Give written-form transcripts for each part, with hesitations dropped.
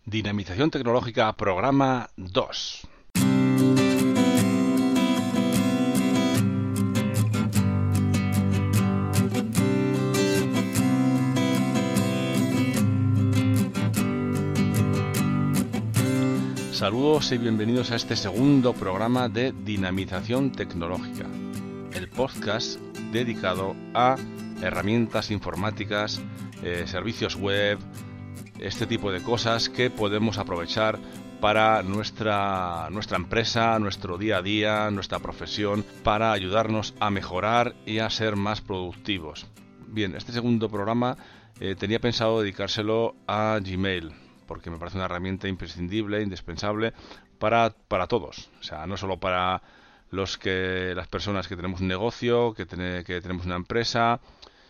Dinamización tecnológica, programa 2. Saludos y bienvenidos a este segundo programa de Dinamización Tecnológica, el podcast dedicado a herramientas informáticas, servicios web, este tipo de cosas que podemos aprovechar para nuestra empresa, nuestro día a día, nuestra profesión, para ayudarnos a mejorar y a ser más productivos. Bien, este segundo programa tenía pensado dedicárselo a Gmail, porque me parece una herramienta imprescindible, indispensable para todos. O sea, no solo para las personas que tenemos un negocio, que tenemos una empresa,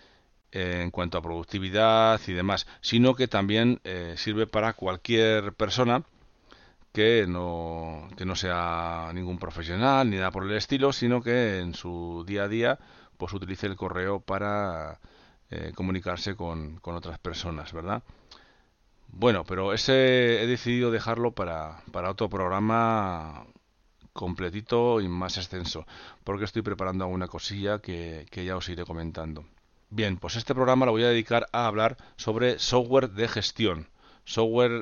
en cuanto a productividad y demás, sino que también sirve para cualquier persona que no sea ningún profesional ni nada por el estilo, sino que en su día a día pues utilice el correo para comunicarse con otras personas, ¿verdad? Bueno, pero ese he decidido dejarlo para otro programa completito y más extenso, porque estoy preparando alguna cosilla que ya os iré comentando. Bien, pues este programa lo voy a dedicar a hablar sobre software de gestión, software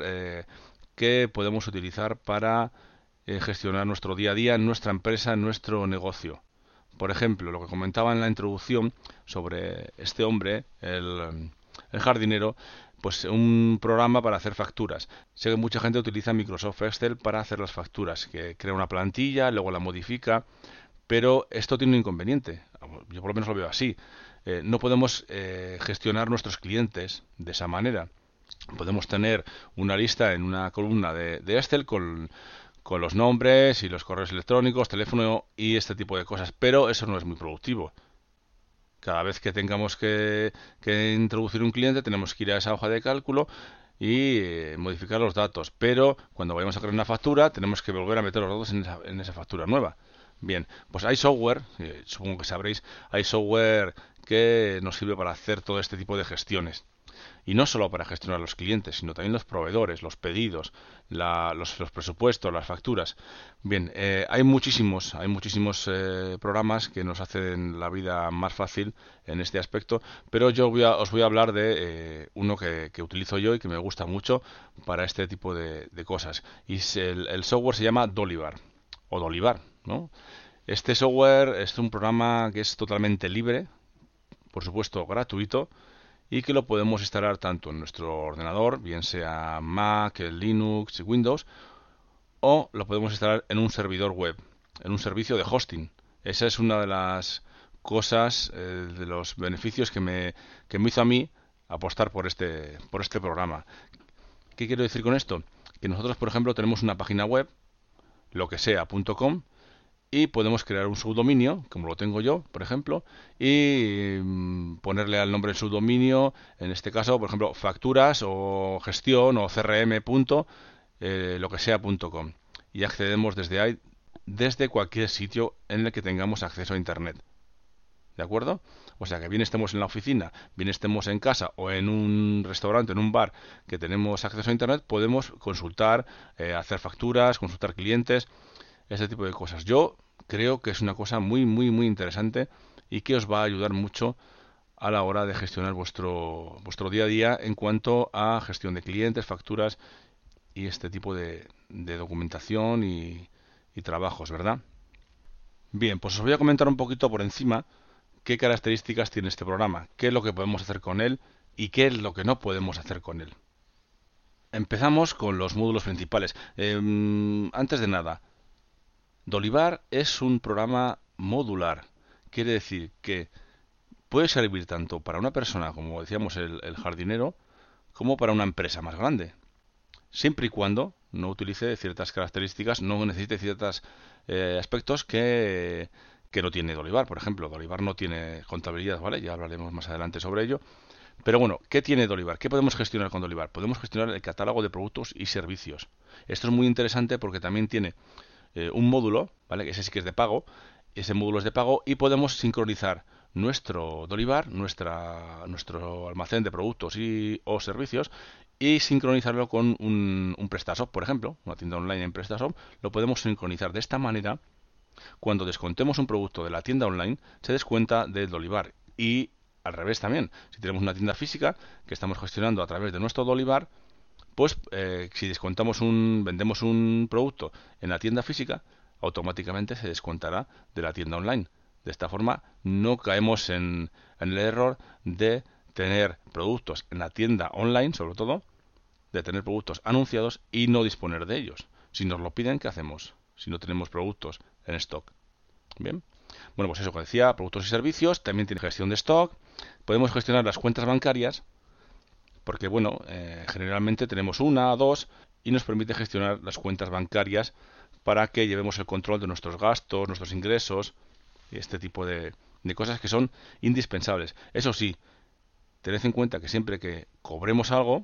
que podemos utilizar para gestionar nuestro día a día en nuestra empresa, en nuestro negocio. Por ejemplo, lo que comentaba en la introducción sobre este hombre, el jardinero, pues un programa para hacer facturas. Sé que mucha gente utiliza Microsoft Excel para hacer las facturas, que crea una plantilla, luego la modifica, pero esto tiene un inconveniente. Yo por lo menos lo veo así. No podemos gestionar nuestros clientes de esa manera. Podemos tener una lista en una columna de Excel con los nombres y los correos electrónicos, teléfono y este tipo de cosas, pero eso no es muy productivo. Cada vez que tengamos que introducir un cliente, tenemos que ir a esa hoja de cálculo y modificar los datos, pero cuando vayamos a crear una factura, tenemos que volver a meter los datos en esa factura nueva. Bien, pues hay software, supongo que sabréis, hay software que nos sirve para hacer todo este tipo de gestiones. Y no solo para gestionar los clientes, sino también los proveedores, los pedidos, los presupuestos, las facturas. Bien, hay muchísimos programas que nos hacen la vida más fácil en este aspecto, pero yo os voy a hablar de uno que utilizo yo y que me gusta mucho para este tipo de cosas. Y el software se llama Dolivar, o Dolivar, ¿no? Este software es un programa que es totalmente libre, por supuesto gratuito, y que lo podemos instalar tanto en nuestro ordenador, bien sea Mac, Linux, Windows, o lo podemos instalar en un servidor web, en un servicio de hosting. Esa es una de las cosas, de los beneficios que me hizo a mí apostar por este programa. ¿Qué quiero decir con esto? Que nosotros, por ejemplo, tenemos una página web, loquesea.com, y podemos crear un subdominio, como lo tengo yo, por ejemplo, y ponerle al nombre del subdominio, en este caso, por ejemplo, facturas o gestión o crm. Loquesea.com, y accedemos desde ahí, desde cualquier sitio en el que tengamos acceso a Internet. ¿De acuerdo? O sea que bien estemos en la oficina, bien estemos en casa o en un restaurante, en un bar que tenemos acceso a Internet, podemos consultar, hacer facturas, consultar clientes, este tipo de cosas. Yo creo que es una cosa muy, muy, muy interesante y que os va a ayudar mucho a la hora de gestionar vuestro día a día en cuanto a gestión de clientes, facturas y este tipo de documentación y trabajos, ¿verdad? Bien, pues os voy a comentar un poquito por encima qué características tiene este programa, qué es lo que podemos hacer con él y qué es lo que no podemos hacer con él. Empezamos con los módulos principales. Antes de nada, Dolivar es un programa modular. Quiere decir que puede servir tanto para una persona, como decíamos el jardinero, como para una empresa más grande. Siempre y cuando no utilice ciertas características, no necesite ciertos aspectos que no tiene Dolivar. Por ejemplo, Dolivar no tiene contabilidad, ¿vale? Ya hablaremos más adelante sobre ello. Pero bueno, ¿qué tiene Dolivar? ¿Qué podemos gestionar con Dolivar? Podemos gestionar el catálogo de productos y servicios. Esto es muy interesante porque también tiene un módulo, ¿vale? Que ese sí que es de pago. Ese módulo es de pago y podemos sincronizar nuestro Dolivar, nuestro almacén de productos o servicios, y sincronizarlo con un PrestaShop, por ejemplo, una tienda online en PrestaShop, lo podemos sincronizar de esta manera. Cuando descontemos un producto de la tienda online, se descuenta del Dolivar. Y al revés también, si tenemos una tienda física que estamos gestionando a través de nuestro Dolivar, pues si vendemos un producto en la tienda física, automáticamente se descontará de la tienda online. De esta forma no caemos en el error de tener productos en la tienda online, sobre todo, de tener productos anunciados y no disponer de ellos. Si nos lo piden, ¿qué hacemos? Si no tenemos productos en stock. Bien. Bueno, pues eso que decía, productos y servicios, también tiene gestión de stock. Podemos gestionar las cuentas bancarias, porque bueno, generalmente tenemos una o dos y nos permite gestionar las cuentas bancarias para que llevemos el control de nuestros gastos, nuestros ingresos y este tipo de cosas que son indispensables. Eso sí, tened en cuenta que siempre que cobremos algo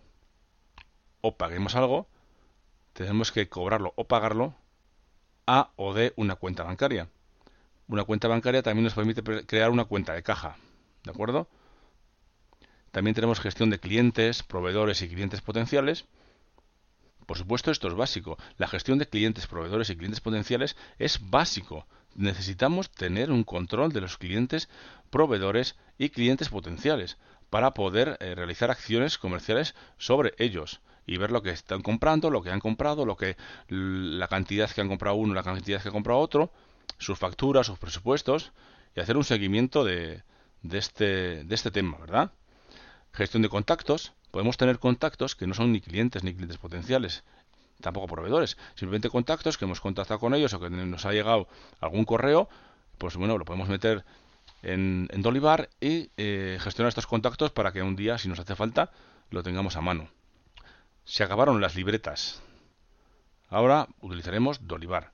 o paguemos algo, tenemos que cobrarlo o pagarlo a o de una cuenta bancaria. Una cuenta bancaria también nos permite crear una cuenta de caja, ¿de acuerdo? También tenemos gestión de clientes, proveedores y clientes potenciales. Por supuesto, esto es básico. La gestión de clientes, proveedores y clientes potenciales es básico. Necesitamos tener un control de los clientes, proveedores y clientes potenciales para poder realizar acciones comerciales sobre ellos y ver lo que están comprando, lo que han comprado, la cantidad que han comprado uno, la cantidad que ha comprado otro, sus facturas, sus presupuestos y hacer un seguimiento de este tema, ¿verdad? Gestión de contactos. Podemos tener contactos que no son ni clientes potenciales, tampoco proveedores. Simplemente contactos que hemos contactado con ellos o que nos ha llegado algún correo. Pues bueno, lo podemos meter en Dolivar y gestionar estos contactos para que un día, si nos hace falta, lo tengamos a mano. Se acabaron las libretas. Ahora utilizaremos Dolivar.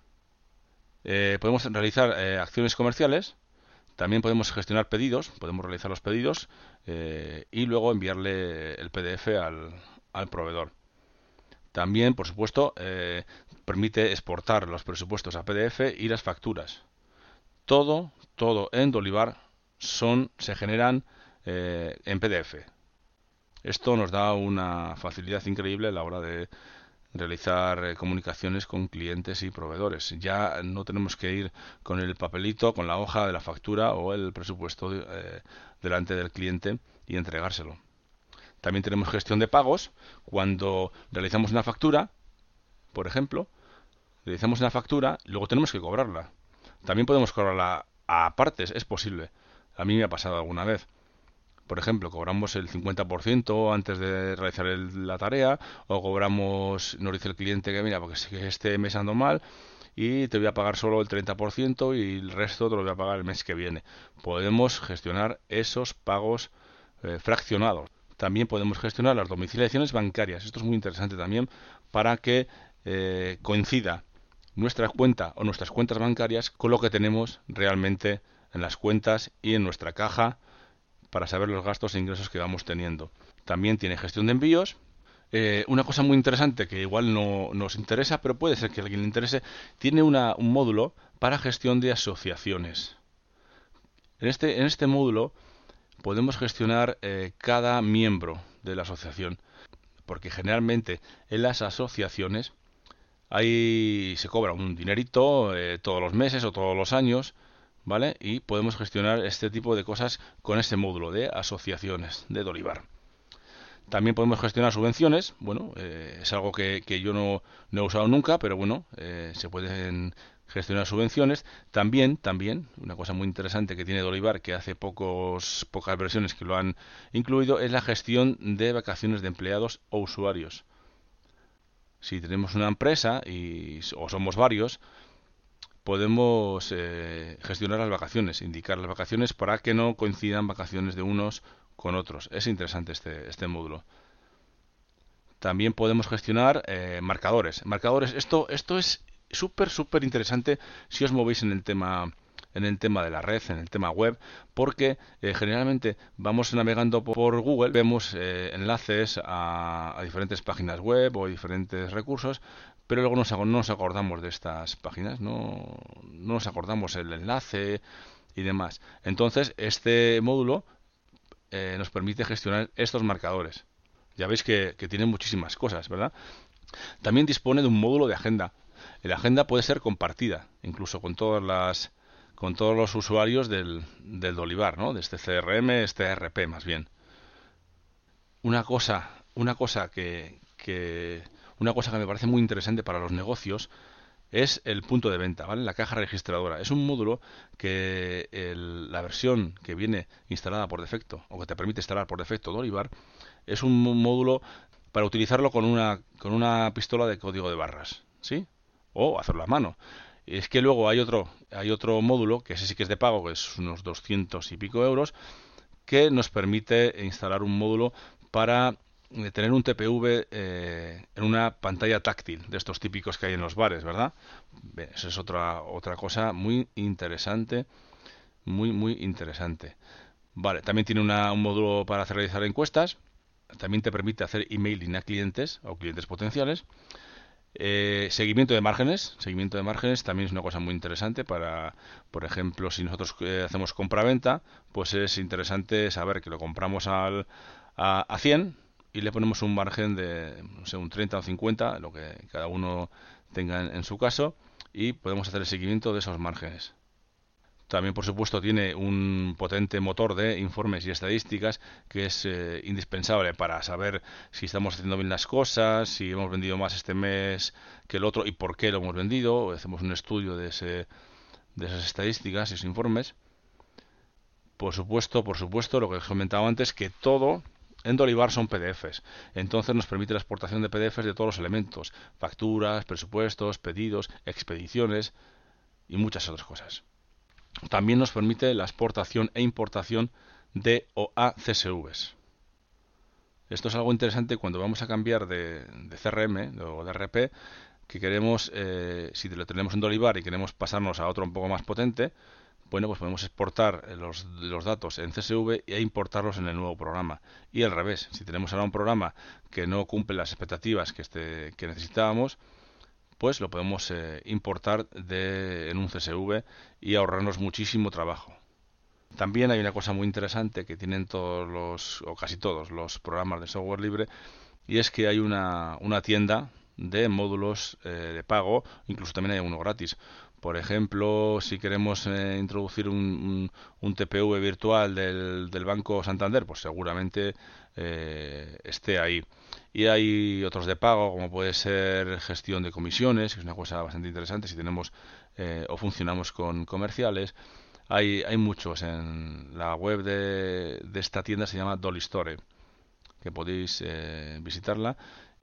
Podemos realizar acciones comerciales. También podemos gestionar pedidos, podemos realizar los pedidos y luego enviarle el PDF al proveedor. También, por supuesto, permite exportar los presupuestos a PDF y las facturas. Todo en Dolivar se generan en PDF. Esto nos da una facilidad increíble a la hora de realizar comunicaciones con clientes y proveedores. Ya no tenemos que ir con el papelito, con la hoja de la factura o el presupuesto delante del cliente y entregárselo. También tenemos gestión de pagos. Cuando realizamos una factura, por ejemplo, realizamos una factura, luego tenemos que cobrarla. También podemos cobrarla a partes, es posible. A mí me ha pasado alguna vez. Por ejemplo, cobramos el 50% antes de realizar la tarea, o nos dice el cliente que mira, porque este mes ando mal y te voy a pagar solo el 30% y el resto te lo voy a pagar el mes que viene. Podemos gestionar esos pagos fraccionados. También podemos gestionar las domiciliaciones bancarias. Esto es muy interesante también para que coincida nuestra cuenta o nuestras cuentas bancarias con lo que tenemos realmente en las cuentas y en nuestra caja, para saber los gastos e ingresos que vamos teniendo. También tiene gestión de envíos. Una cosa muy interesante que igual no nos interesa, pero puede ser que a alguien le interese, tiene un módulo para gestión de asociaciones. En este módulo podemos gestionar cada miembro de la asociación, porque generalmente en las asociaciones se cobra un dinerito todos los meses o todos los años, ¿vale? Y podemos gestionar este tipo de cosas con este módulo de asociaciones de Dolivar. También podemos gestionar subvenciones. Bueno, es algo que yo no he usado nunca, pero bueno, se pueden gestionar subvenciones. También, una cosa muy interesante que tiene Dolivar, que hace pocas versiones que lo han incluido, es la gestión de vacaciones de empleados o usuarios. Si tenemos una empresa o somos varios, podemos gestionar las vacaciones, indicar las vacaciones para que no coincidan vacaciones de unos con otros. Es interesante este módulo. También podemos gestionar marcadores. Esto es súper interesante si os movéis en el tema de la red, en el tema web, porque generalmente vamos navegando por Google, vemos enlaces a diferentes páginas web o diferentes recursos, pero luego no nos acordamos de estas páginas, no nos acordamos el enlace y demás. Entonces, este módulo nos permite gestionar estos marcadores. Ya veis que tiene muchísimas cosas, ¿verdad? También dispone de un módulo de agenda. La agenda puede ser compartida, incluso con todos los usuarios del Dolivar, ¿no? De este CRM, este ERP más bien. Una cosa una cosa que me parece muy interesante para los negocios es el punto de venta, ¿vale? La caja registradora. Es un módulo que la versión que viene instalada por defecto, o que te permite instalar por defecto Dolivar, es un módulo para utilizarlo con una pistola de código de barras, ¿sí? O hacerlo a mano. Es que luego hay otro módulo, que ese sí que es de pago, que es unos 200 y pico euros, que nos permite instalar un módulo para tener un TPV en una pantalla táctil, de estos típicos que hay en los bares, ¿verdad? Bien, eso es otra cosa muy interesante, muy interesante. Vale, también tiene un módulo para hacer realizar encuestas, también te permite hacer emailing a clientes o clientes potenciales. Seguimiento de márgenes también es una cosa muy interesante para, por ejemplo, si nosotros hacemos compra-venta, pues es interesante saber que lo compramos a 100 y le ponemos un margen de, no sé, un 30 o 50, lo que cada uno tenga en su caso, y podemos hacer el seguimiento de esos márgenes. También, por supuesto, tiene un potente motor de informes y estadísticas que es indispensable para saber si estamos haciendo bien las cosas, si hemos vendido más este mes que el otro y por qué lo hemos vendido. Hacemos un estudio de esas estadísticas y esos informes. Por supuesto, lo que os comentaba antes, que todo en Dolivar son PDFs. Entonces nos permite la exportación de PDFs de todos los elementos, facturas, presupuestos, pedidos, expediciones y muchas otras cosas. También nos permite la exportación e importación de o a CSVs. Esto es algo interesante cuando vamos a cambiar de CRM o de RP, que queremos, si lo tenemos en Dolivar y queremos pasarnos a otro un poco más potente, bueno, pues podemos exportar los datos en CSV e importarlos en el nuevo programa. Y al revés, si tenemos ahora un programa que no cumple las expectativas que necesitábamos, pues lo podemos importar en un CSV y ahorrarnos muchísimo trabajo. También hay una cosa muy interesante que tienen o casi todos los programas de software libre, y es que hay una tienda de módulos de pago, incluso también hay uno gratis. Por ejemplo, si queremos introducir un TPV virtual del Banco Santander, pues seguramente esté ahí. Y hay otros de pago, como puede ser gestión de comisiones, que es una cosa bastante interesante si tenemos o funcionamos con comerciales. Hay muchos. En la web de esta tienda se llama Dolly Store, que podéis visitarla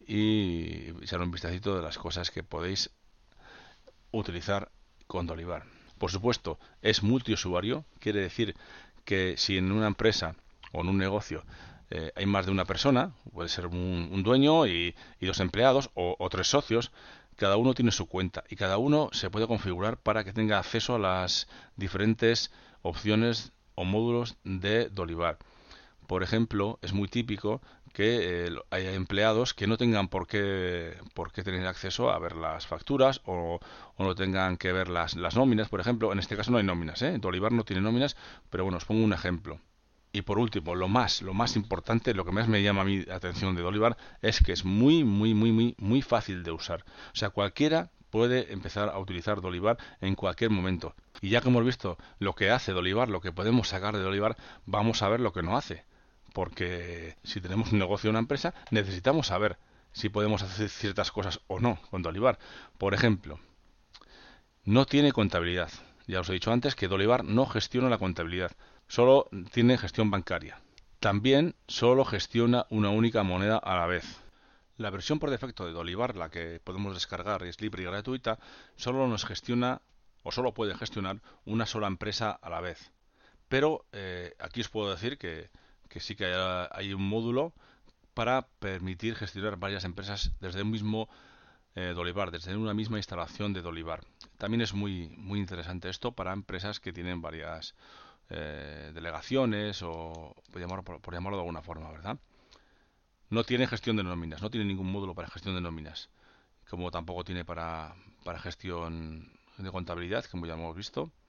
y echar un vistacito de las cosas que podéis utilizar con Dolivar. Por supuesto, es multiusuario, quiere decir que si en una empresa o en un negocio hay más de una persona, puede ser un dueño y dos empleados o tres socios, cada uno tiene su cuenta y cada uno se puede configurar para que tenga acceso a las diferentes opciones o módulos de Dolivar. Por ejemplo, es muy típico que haya empleados que no tengan por qué tener acceso a ver las facturas o no tengan que ver las nóminas, por ejemplo. En este caso no hay nóminas, ¿eh? Dolivar no tiene nóminas, pero bueno, os pongo un ejemplo. Y por último, lo más importante, lo que más me llama a mi atención de Dolivar es que es muy fácil de usar. O sea, cualquiera puede empezar a utilizar Dolivar en cualquier momento. Y ya que hemos visto lo que hace Dolivar, lo que podemos sacar de Dolivar, vamos a ver lo que no hace. Porque si tenemos un negocio o una empresa, necesitamos saber si podemos hacer ciertas cosas o no con Dolivar. Por ejemplo, no tiene contabilidad. Ya os he dicho antes que Dolivar no gestiona la contabilidad, solo tiene gestión bancaria. También solo gestiona una única moneda a la vez. La versión por defecto de Dolivar, la que podemos descargar y es libre y gratuita, solo nos gestiona o solo puede gestionar una sola empresa a la vez. Pero aquí os puedo decir que sí que hay un módulo para permitir gestionar varias empresas desde un mismo Dolivar, desde una misma instalación de Dolivar. También es muy interesante esto para empresas que tienen varias delegaciones o por llamarlo de alguna forma, ¿verdad? No tiene gestión de nóminas, no tiene ningún módulo para gestión de nóminas, como tampoco tiene para gestión de contabilidad, como ya hemos visto.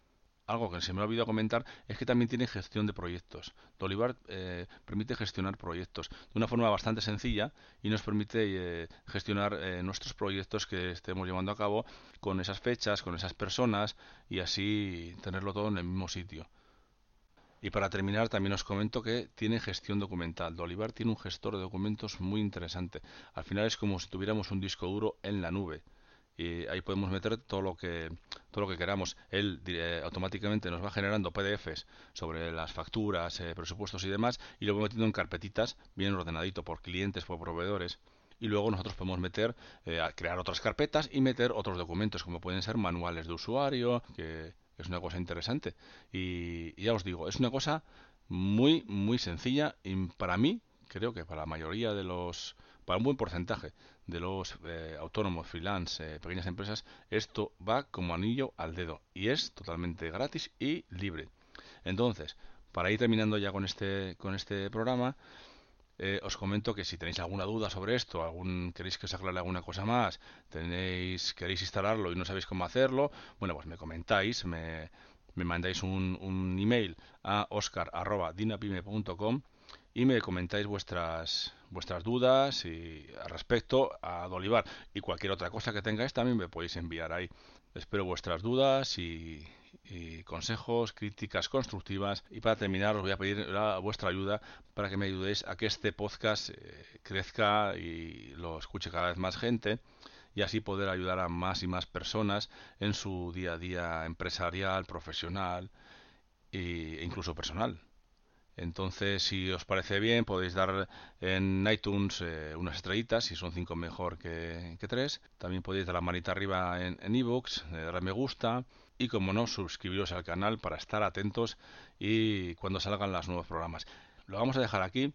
algo que se me ha olvidado comentar es que también tiene gestión de proyectos. Dolivar permite gestionar proyectos de una forma bastante sencilla y nos permite gestionar nuestros proyectos que estemos llevando a cabo con esas fechas, con esas personas y así tenerlo todo en el mismo sitio. Y para terminar, también os comento que tiene gestión documental. Dolivar tiene un gestor de documentos muy interesante. Al final es como si tuviéramos un disco duro en la nube. Y ahí podemos meter todo lo que queramos. Él automáticamente nos va generando PDFs sobre las facturas, presupuestos y demás, y lo va metiendo en carpetitas, bien ordenadito por clientes, por proveedores. Y luego nosotros podemos crear otras carpetas y meter otros documentos, como pueden ser manuales de usuario, que es una cosa interesante. Y ya os digo, es una cosa muy, muy sencilla y para mí, creo que para la mayoría para un buen porcentaje de los autónomos, freelance, pequeñas empresas, esto va como anillo al dedo y es totalmente gratis y libre. Entonces, para ir terminando ya con este programa, os comento que si tenéis alguna duda sobre esto, queréis que os aclare alguna cosa más, queréis instalarlo y no sabéis cómo hacerlo, bueno, pues me comentáis, me mandáis un email a oscar@dinapime.com y me comentáis vuestras dudas al respecto a Dolivar y cualquier otra cosa que tengáis también me podéis enviar ahí. Espero vuestras dudas y consejos, críticas constructivas. Y para terminar, os voy a pedir vuestra ayuda para que me ayudéis a que este podcast crezca y lo escuche cada vez más gente y así poder ayudar a más y más personas en su día a día empresarial, profesional e incluso personal. Entonces, si os parece bien, podéis dar en iTunes unas estrellitas, si son 5 mejor que 3. También podéis dar la manita arriba en iVoox, darle me gusta y, como no, suscribiros al canal para estar atentos y cuando salgan los nuevos programas. Lo vamos a dejar aquí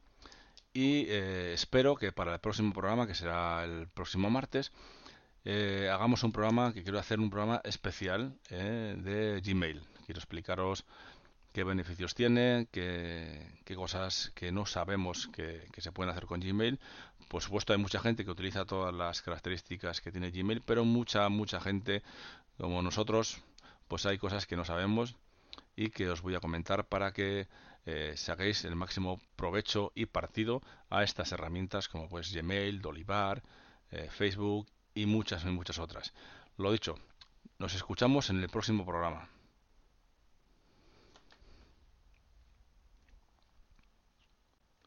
y espero que para el próximo programa, que será el próximo martes, hagamos un programa, que quiero hacer un programa especial de Gmail. Quiero explicaros qué beneficios tiene, qué cosas que no sabemos que se pueden hacer con Gmail. Por supuesto, hay mucha gente que utiliza todas las características que tiene Gmail, pero mucha gente como nosotros, pues hay cosas que no sabemos y que os voy a comentar para que saquéis el máximo provecho y partido a estas herramientas como pues Gmail, Dolivar, Facebook y muchas otras. Lo dicho, nos escuchamos en el próximo programa.